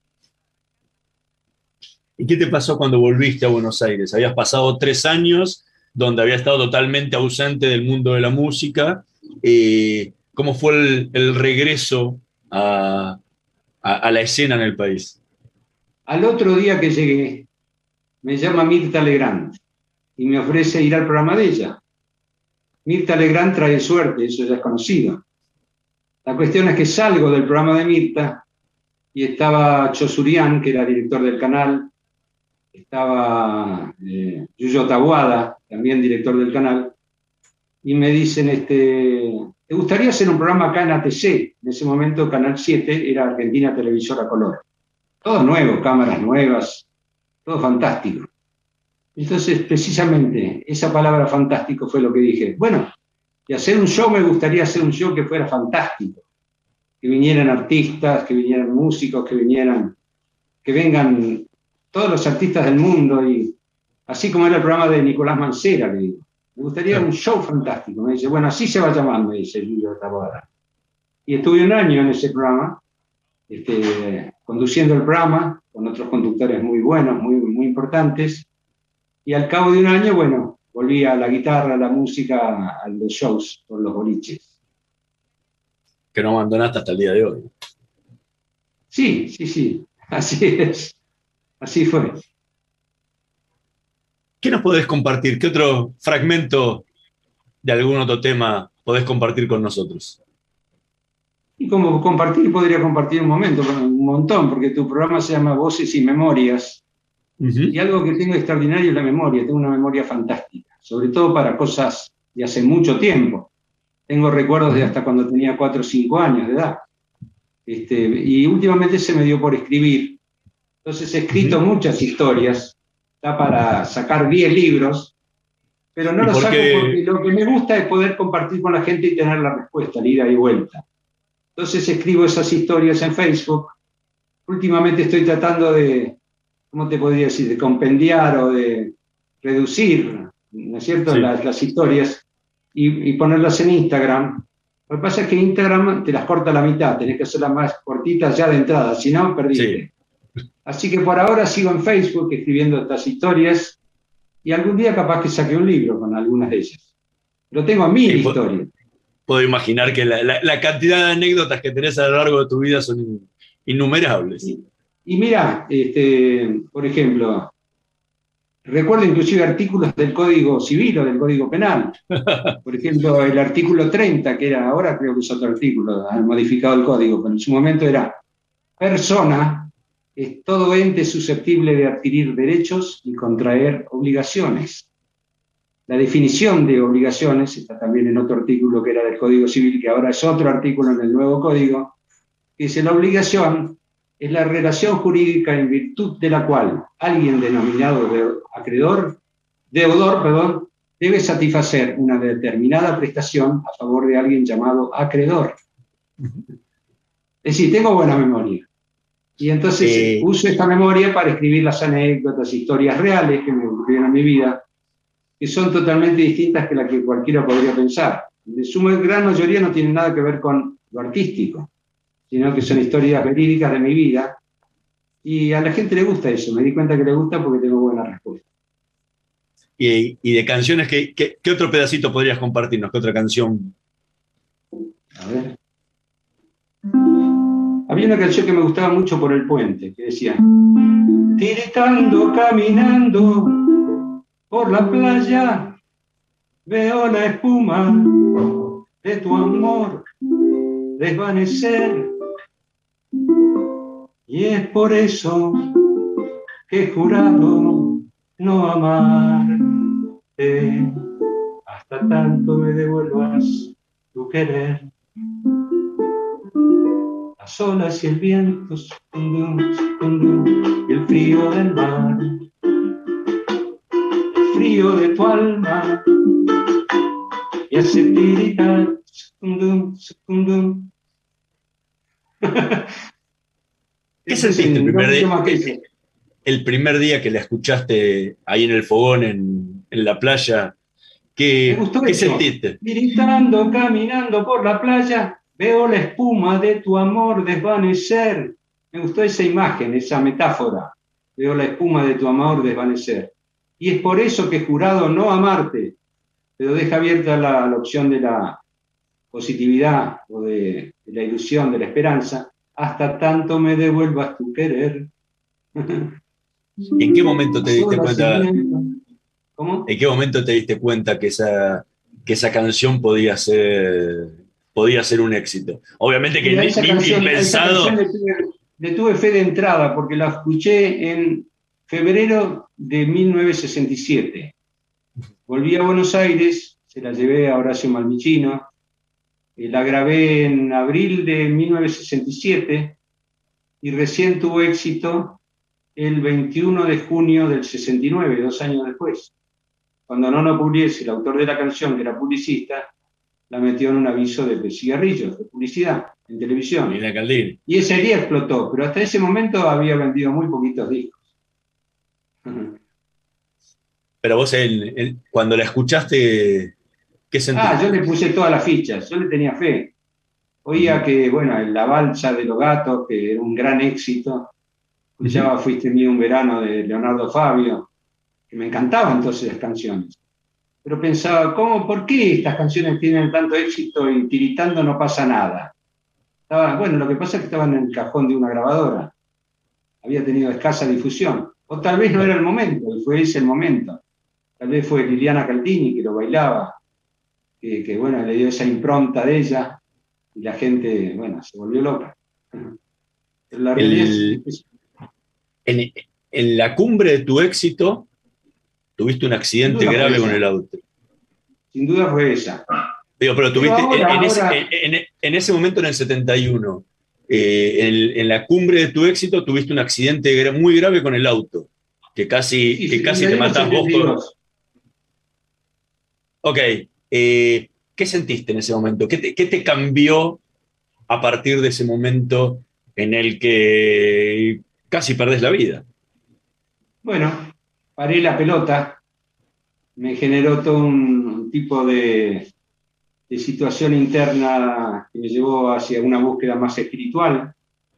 S10: ¿Y qué te pasó cuando volviste a Buenos Aires? Habías pasado tres años donde había estado totalmente ausente del mundo de la música. Eh, ¿Cómo fue el, el regreso a, a, a la escena en el país?
S11: Al otro día que llegué, me llama Mirta Legrand y me ofrece ir al programa de ella. Mirta Legrand trae suerte, eso ya es conocido. La cuestión es que salgo del programa de Mirta y estaba Chosurian, que era director del canal, estaba eh, Yuyo Tabuada, también director del canal, y me dicen, este, ¿te gustaría hacer un programa acá en A T C? En ese momento Canal siete era Argentina Televisora Color. Todo nuevo, cámaras nuevas, todo fantástico. Entonces, precisamente, esa palabra fantástico fue lo que dije. Bueno, y hacer un show, me gustaría hacer un show que fuera fantástico. Que vinieran artistas, que vinieran músicos, que vinieran, que vengan todos los artistas del mundo, y así como era el programa de Nicolás Mancera, le digo. Me gustaría un show fantástico. Me dice, bueno, así se va a llamar, me dice Julio Taboada. Y estuve un año en ese programa, este, conduciendo el programa, con otros conductores muy buenos, muy, muy importantes, y al cabo de un año, bueno, volví a la guitarra, a la música, a los shows, por los boliches.
S10: Que no abandonaste hasta el día de hoy.
S11: Sí, sí, sí, así es, así fue.
S10: ¿Qué nos podés compartir? ¿Qué otro fragmento de algún otro tema podés compartir con nosotros?
S11: Y como compartir, podría compartir un momento, un montón, porque tu programa se llama Voces y Memorias. Uh-huh. Y algo que tengo extraordinario es la memoria. Tengo una memoria fantástica, sobre todo para cosas de hace mucho tiempo. Tengo recuerdos de hasta cuando tenía cuatro o cinco años de edad. Este, y últimamente se me dio por escribir. Entonces he escrito uh-huh. muchas historias. Está para sacar diez libros, pero no lo saco porque lo que me gusta es poder compartir con la gente y tener la respuesta, la ida y vuelta. Entonces escribo esas historias en Facebook. Últimamente estoy tratando de, ¿cómo te podría decir?, de compendiar o de reducir, ¿no es cierto?, sí. las, las historias y, y ponerlas en Instagram. Lo que pasa es que Instagram te las corta a la mitad, tenés que hacerlas más cortitas ya de entrada, si no, perdiste. Sí. Así que por ahora sigo en Facebook escribiendo estas historias y algún día capaz que saque un libro con algunas de ellas. Pero tengo mil sí, historias.
S10: Puedo imaginar que la, la, la cantidad de anécdotas que tenés a lo largo de tu vida son innumerables.
S11: Y, y mira, este, por ejemplo, recuerdo inclusive artículos del Código Civil o del Código Penal. Por ejemplo, el artículo treinta, que era, ahora creo que es otro artículo, han modificado el código, pero en su momento era persona. Es todo ente susceptible de adquirir derechos y contraer obligaciones. La definición de obligaciones está también en otro artículo que era del Código Civil, que ahora es otro artículo en el nuevo Código, que dice: la obligación es la relación jurídica en virtud de la cual alguien denominado de acreedor, deudor, perdón, debe satisfacer una determinada prestación a favor de alguien llamado acreedor. Es decir, tengo buena memoria. Y entonces eh, uso esta memoria para escribir las anécdotas, historias reales que me ocurrieron en mi vida, que son totalmente distintas que las que cualquiera podría pensar. De su gran mayoría no tienen nada que ver con lo artístico, sino que son historias verídicas de mi vida. Y a la gente le gusta eso, me di cuenta que le gusta porque tengo buena respuesta.
S10: Y, y de canciones, ¿qué, qué, ¿qué otro pedacito podrías compartirnos? ¿Qué otra canción?
S11: A ver. Había una canción que me gustaba mucho por el puente, que decía: tiritando, caminando por la playa, veo la espuma de tu amor desvanecer. Y es por eso que he jurado no amarte, hasta tanto me devuelvas tu querer. Las olas y el viento, secundum, secundum, y el frío del mar, el frío de tu alma, y hace tiritar, secundum, secundum.
S10: ¿Qué sentiste el primer, día, el, el primer día que la escuchaste ahí en el fogón, en, en la playa? ¿Qué, ¿qué sentiste?
S11: Tiritando, caminando por la playa, veo la espuma de tu amor desvanecer. Me gustó esa imagen, esa metáfora. Veo la espuma de tu amor desvanecer. Y es por eso que he jurado no amarte, pero deja abierta la, la opción de la positividad o de, de la ilusión, de la esperanza, hasta tanto me devuelvas tu querer.
S10: ¿En qué momento te diste cuenta?
S11: ¿Cómo?
S10: ¿En qué momento te diste cuenta que esa, que esa canción podía ser... podía ser un éxito? Obviamente que ni, canción, ni pensado.
S11: Le tuve, le tuve fe de entrada porque la escuché en febrero de mil novecientos sesenta y siete. Volví a Buenos Aires, se la llevé a Horacio Malvicino. Eh, la grabé en abril de mil novecientos sesenta y siete y recién tuvo éxito el veintiuno de junio del sesenta y nueve, dos años después. Cuando Nono Pugliese, el autor de la canción, que era publicista, la metió en un aviso de cigarrillos, de publicidad, en televisión.
S10: Y la Caldini.
S11: Y ese día explotó, pero hasta ese momento había vendido muy poquitos discos.
S10: Pero vos, el, el, cuando la escuchaste, ¿qué sentiste?
S11: Ah, yo le puse todas las fichas, yo le tenía fe. Oía que, bueno, La Balsa de los Gatos, que era un gran éxito. Escuchaba Fuiste mío un verano de Leonardo Fabio, que me encantaban entonces las canciones. Pero pensaba, ¿cómo, por qué estas canciones tienen tanto éxito y tiritando no pasa nada? Estaba, bueno, lo que pasa es que estaban en el cajón de una grabadora. Había tenido escasa difusión. O tal vez no era el momento, y fue ese el momento. Tal vez fue Liliana Caldini que lo bailaba, que, que bueno, le dio esa impronta de ella, y la gente, bueno, se volvió loca. Pero la realidad
S10: El-
S11: es-
S10: En, en la cumbre de tu éxito, tuviste un accidente
S11: Sin duda
S10: grave
S11: fue
S10: con
S11: esa.
S10: el auto.
S11: sin duda fue esa.
S10: Digo, pero tuviste,
S11: Pero ahora,
S10: en, en ese,
S11: ahora-
S10: en- en- en ese momento, en el setenta y uno, eh, en, en la cumbre de tu éxito, tuviste un accidente gra- muy grave con el auto, que casi,
S11: Sí,
S10: que
S11: sí,
S10: casi te
S11: setenta y uno,
S10: matás vos
S11: setenta y
S10: por...
S11: dos.
S10: Ok, eh, ¿qué sentiste en ese momento? ¿Qué te, qué te cambió a partir de ese momento en el que casi perdés la vida?
S11: Bueno, paré la pelota, me generó todo un, un tipo de, de situación interna que me llevó hacia una búsqueda más espiritual.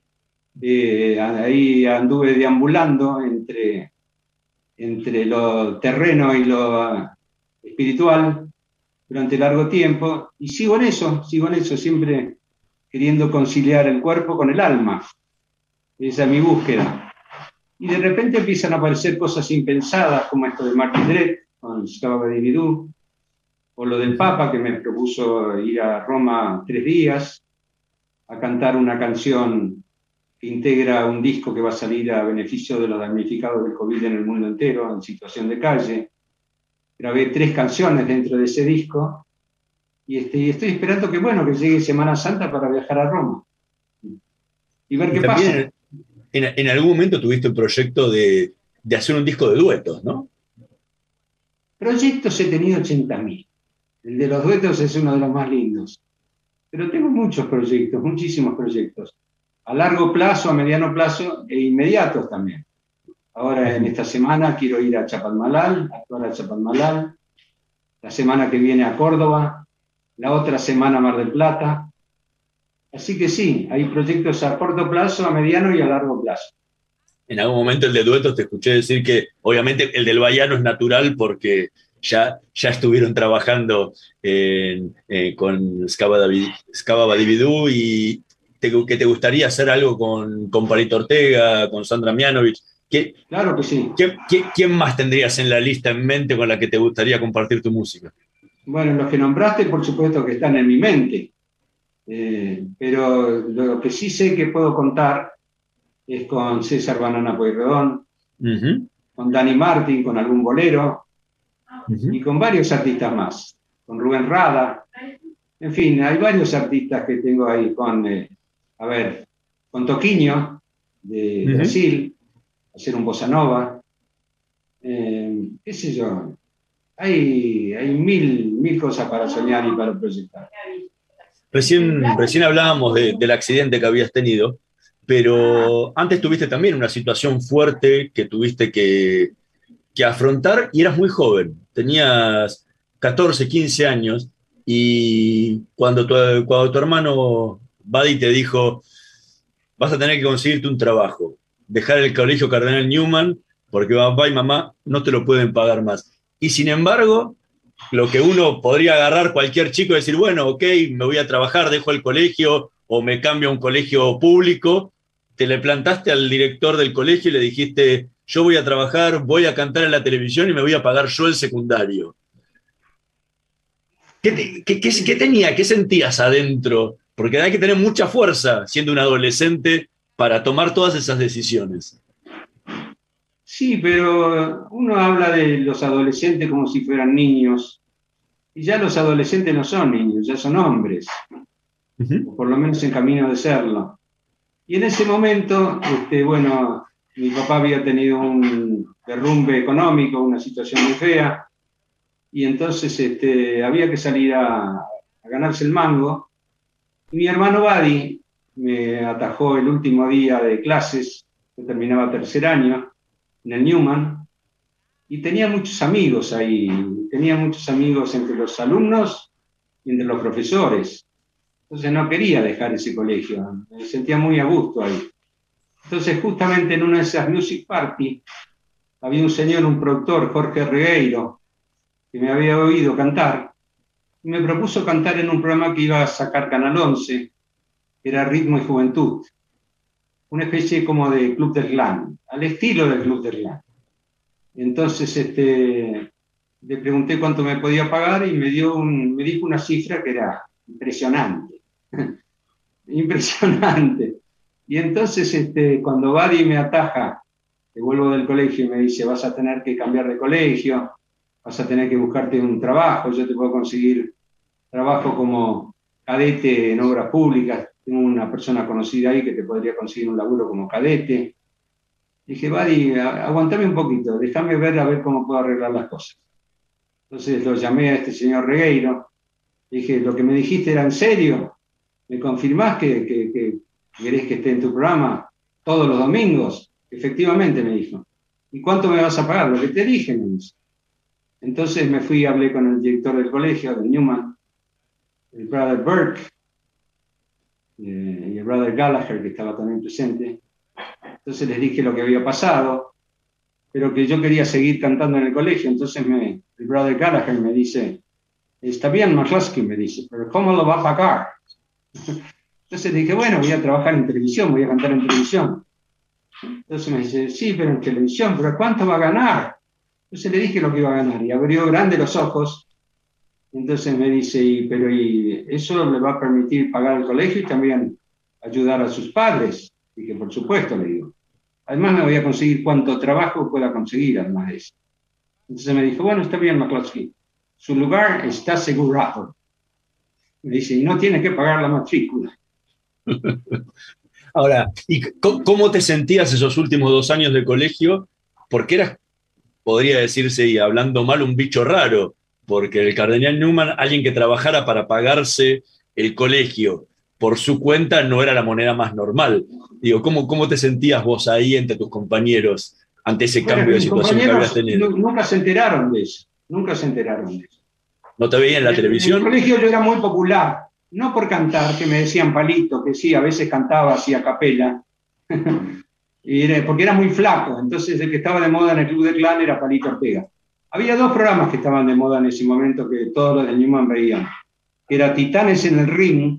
S11: Eh, ahí anduve deambulando entre, entre lo terreno y lo espiritual durante largo tiempo, y sigo en eso, sigo en eso, siempre queriendo conciliar el cuerpo con el alma. Esa es mi búsqueda. Y de repente empiezan a aparecer cosas impensadas, como esto de Martin Dredd, con Scava Dividú, o lo del Papa, que me propuso ir a Roma tres días a cantar una canción que integra un disco que va a salir a beneficio de los damnificados del COVID en el mundo entero, en situación de calle. Grabé tres canciones dentro de ese disco, y, este, y estoy esperando que, bueno, que llegue Semana Santa para viajar a Roma y ver
S10: Y
S11: qué
S10: también
S11: pasa.
S10: En, en algún momento tuviste el proyecto de, de hacer un disco de duetos, ¿no?
S11: Proyectos he tenido ochenta mil. El de los duetos es uno de los más lindos. Pero tengo muchos proyectos, muchísimos proyectos. A largo plazo, a mediano plazo e inmediatos también. Ahora, en esta semana, quiero ir a Chapalmalal, a actuar a Chapalmalal. La semana que viene a Córdoba. La otra semana a Mar del Plata. Así que sí, hay proyectos a corto plazo, a mediano y a largo plazo.
S10: En algún momento el de duetos te escuché decir que obviamente el del Baiano es natural porque ya, ya estuvieron trabajando en, eh, con Scava David- Scava Badividú y te- que te gustaría hacer algo con, con Parito Ortega, con Sandra Mianovich. ¿Qué,
S11: Claro que sí.
S10: qué- qué- ¿Quién más tendrías en la lista en mente con la que te gustaría compartir tu música?
S11: Bueno, los que nombraste, por supuesto que están en mi mente. Eh, pero lo que sí sé que puedo contar es con César Banana Pueyrredón,
S10: Ujú,
S11: con Dani Martin, con algún bolero,
S10: ujú.
S11: y con varios artistas más, con Rubén Rada. En fin, hay varios artistas que tengo ahí, con, eh, a ver, con Toquinho, de
S10: Ujú.
S11: Brasil, hacer un bossa nova, eh, qué sé yo, hay, hay mil, mil cosas para soñar y para proyectar.
S10: Recién, recién hablábamos de- del accidente que habías tenido, pero antes tuviste también una situación fuerte que tuviste que, que afrontar y eras muy joven, tenías catorce, quince años y cuando tu, cuando tu hermano Buddy te dijo, vas a tener que conseguirte un trabajo, dejar el colegio Cardenal Newman porque papá y mamá no te lo pueden pagar más. Y sin embargo, lo que uno podría agarrar cualquier chico y decir, bueno, ok, me voy a trabajar, dejo el colegio o me cambio a un colegio público, te le plantaste al director del colegio y le dijiste, yo voy a trabajar, voy a cantar en la televisión y me voy a pagar yo el secundario. ¿Qué, te- qué- qué- qué tenía, qué sentías adentro? Porque hay que tener mucha fuerza siendo un adolescente para tomar todas esas decisiones.
S11: Sí, pero uno habla de los adolescentes como si fueran niños, Y ya los adolescentes no son niños, ya son hombres, uh-huh. o por lo menos en camino de serlo. Y en ese momento, este, bueno, mi papá había tenido un derrumbe económico, una situación muy fea, y entonces este, había que salir a, a ganarse el mango. Y mi hermano Badi me atajó el último día de clases, yo terminaba tercer año, en el Newman, y tenía muchos amigos ahí, tenía muchos amigos entre los alumnos y entre los profesores. Entonces no quería dejar ese colegio, me sentía muy a gusto ahí. Entonces justamente en una de esas music party había un señor, un productor, Jorge Regueiro, que me había oído cantar, y me propuso cantar en un programa que iba a sacar Canal once, que era Ritmo y Juventud, una especie como de Club del Clan, al estilo del Club del Clan. Entonces este, le pregunté cuánto me podía pagar y me, dio un, me dijo una cifra que era impresionante, impresionante. Y entonces este, cuando Badi me ataja, que vuelvo del colegio y me dice, vas a tener que cambiar de colegio, vas a tener que buscarte un trabajo, yo te puedo conseguir trabajo como cadete en obras públicas, tengo una persona conocida ahí que te podría conseguir un laburo como cadete. Dije, Badi, aguantame un poquito, déjame ver a ver cómo puedo arreglar las cosas. Entonces lo llamé a este señor Regueiro, dije, ¿lo que me dijiste era en serio? ¿Me confirmás que, que, que querés que esté en tu programa todos los domingos? Efectivamente, me dijo. ¿Y cuánto me vas a pagar? Lo que te dije, me dice. Entonces me fui y hablé con el director del colegio, del Newman, el brother Burke, eh, y el brother Gallagher, que estaba también presente. Entonces les dije lo que había pasado, pero que yo quería seguir cantando en el colegio. Entonces me, el brother Gallagher me dice, está bien, McCluskey, me dice, pero ¿cómo lo va a pagar? Entonces dije, bueno, voy a trabajar en televisión, voy a cantar en televisión. Entonces me dice, sí, pero en televisión, ¿pero cuánto va a ganar? Entonces le dije lo que iba a ganar y abrió grande los ojos. Entonces me dice, y, pero y eso le va a permitir pagar el colegio y también ayudar a sus padres. Dije, por supuesto, le digo. Además me voy a conseguir cuanto trabajo pueda conseguir, además de eso. Entonces me dijo, bueno, está bien, McCluskey, su lugar está asegurado. Me dice, y no tiene que pagar la matrícula.
S10: Ahora, ¿y cómo te sentías esos últimos dos años de colegio? Porque eras, podría decirse, y hablando mal, un bicho raro, porque el cardenal Newman, alguien que trabajara para pagarse el colegio por su cuenta, no era la moneda más normal. Digo, ¿cómo, cómo te sentías vos ahí entre tus compañeros ante ese bueno, cambio de situación que habías tenido?
S11: Nunca se enteraron de eso, nunca se enteraron de eso.
S10: ¿No te veían en la en, televisión?
S11: En el colegio yo era muy popular, no por cantar, que me decían Palito, que sí, a veces cantaba así a capela, y era, porque era muy flaco, entonces el que estaba de moda en el Club del Clan era Palito Ortega. Había dos programas que estaban de moda en ese momento que todos los del Newman veían, que era Titanes en el Ring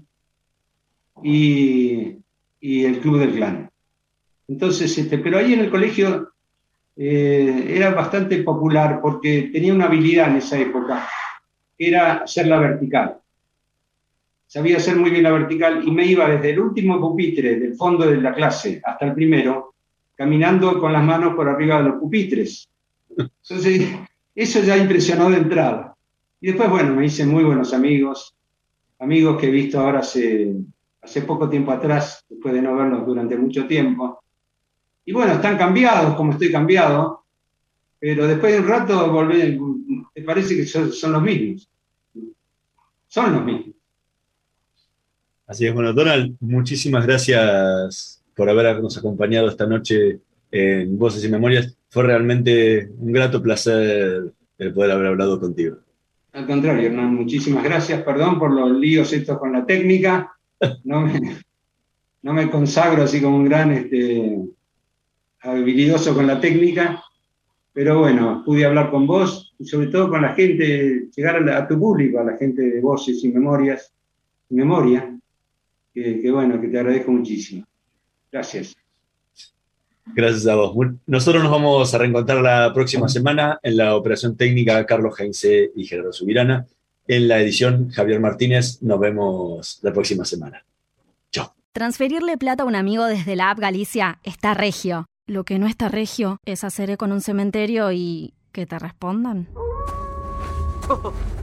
S11: y, y el Club del Clan. Entonces, este, pero ahí en el colegio eh, era bastante popular porque tenía una habilidad en esa época, que era hacerla vertical. Sabía hacer muy bien la vertical y me iba desde el último pupitre del fondo de la clase hasta el primero, caminando con las manos por arriba de los pupitres. Entonces, eso ya impresionó de entrada. Y después, bueno, me hice muy buenos amigos, amigos que he visto ahora hace, hace poco tiempo atrás, después de no verlos durante mucho tiempo. Y bueno, están cambiados, como estoy cambiado, pero después de un rato volví, me parece que son, son los mismos. Son los mismos.
S10: Así es, bueno, Donald, muchísimas gracias por habernos acompañado esta noche en Voces y Memorias. Fue realmente un grato placer el poder haber hablado contigo.
S11: Al contrario, Hernán, muchísimas gracias. Perdón por los líos estos con la técnica. No me, no me consagro así como un gran este, habilidoso con la técnica, pero bueno, pude hablar con vos y sobre todo con la gente, llegar a, la, a tu público, a la gente de Voces y Memorias, y Memoria, que, que bueno, que te agradezco muchísimo. Gracias.
S10: Gracias a vos. Nosotros nos vamos a reencontrar la próxima semana en la operación técnica Carlos Heinze y Gerardo Subirana. En la edición Javier Martínez. Nos vemos la próxima semana. Chao.
S1: Transferirle plata a un amigo desde la app Galicia está regio. Lo que no está regio es hacer eco en un cementerio y que te respondan.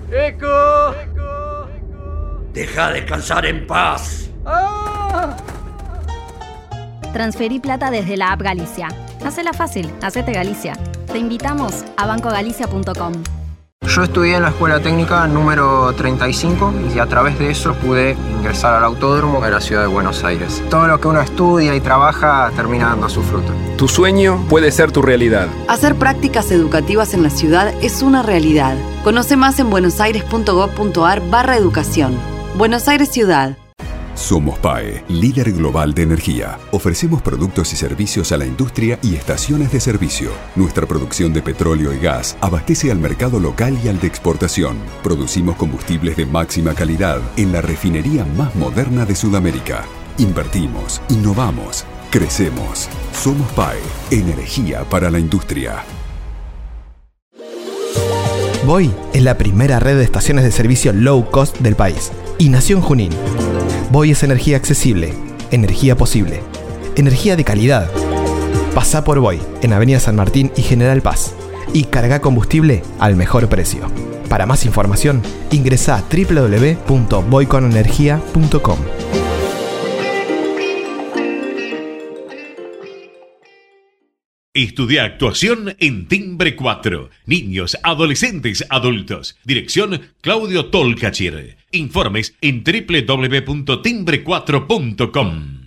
S16: ¡Eco!
S17: Deja descansar en paz.
S16: ¡Ah!
S1: Transferí plata desde la app Galicia. Hacela fácil, hacete Galicia. Te invitamos a banco galicia punto com.
S18: Yo estudié en la escuela técnica número treinta y cinco y a través de eso pude ingresar al autódromo de la ciudad de Buenos Aires. Todo lo que uno estudia y trabaja termina dando su fruto.
S5: Tu sueño puede ser tu realidad.
S6: Hacer prácticas educativas en la ciudad es una realidad. Conoce más en buenosaires.gov.ar barra educación. Buenos Aires Ciudad.
S7: Somos PAE, líder global de energía. Ofrecemos productos y servicios a la industria y estaciones de servicio. Nuestra producción de petróleo y gas abastece al mercado local y al de exportación. Producimos combustibles de máxima calidad en la refinería más moderna de Sudamérica. Invertimos, innovamos, crecemos. Somos PAE, energía para la industria.
S8: Voy es la primera red de estaciones de servicio low cost del país y nació en Junín. Voy es energía accesible, energía posible, energía de calidad. Pasá por Voy en Avenida San Martín y General Paz y carga combustible al mejor precio. Para más información, ingresa a doble u doble u doble u punto voy con energía punto com.
S9: Estudia actuación en Timbre cuatro. Niños, adolescentes, adultos. Dirección Claudio Tolcachir. Informes en doble u doble u doble u punto timbre cuatro punto com.